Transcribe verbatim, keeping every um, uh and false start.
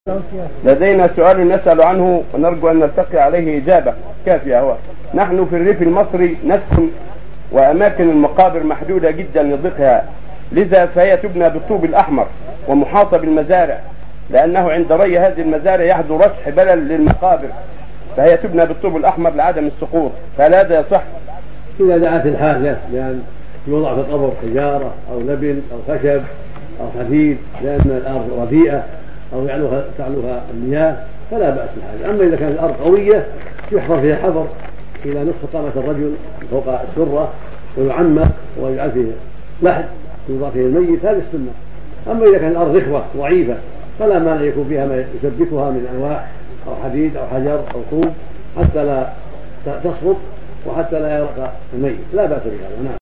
لدينا سؤال نسأل عنه ونرجو أن نلتقي عليه إجابة كافية. هو نحن في الريف المصري نسكن وأماكن المقابر محدودة جدا لضيقها، لذا فهي تبنى بالطوب الأحمر ومحاطة بالمزارع، لأنه عند ري هذه المزارع يحدث رشح بلل للمقابر، فهي تبنى بالطوب الأحمر لعدم السقوط، فهل هذا يصح؟ إذا دعت الحاجة لأن يوضع في القبر حجارة أو لبن أو خشب أو حديد لأن الأرض رديئة أو يعلوها تعلوها المياه فلا بأس بالحاجة. أما إذا كانت الأرض قوية يحفر فيها حفر إلى نصف قامة الرجل فوق السرة ويعمق ويجعل فيه لحد يوضع فيه الميت، هذه السنة. أما إذا كانت الأرض رخوة ضعيفة فلا مانع يكون فيها ما يثبتها من أنواع أو حديد أو حجر أو طوب حتى لا تسقط وحتى لا يرق الميت، لا بأس بهذا. نعم.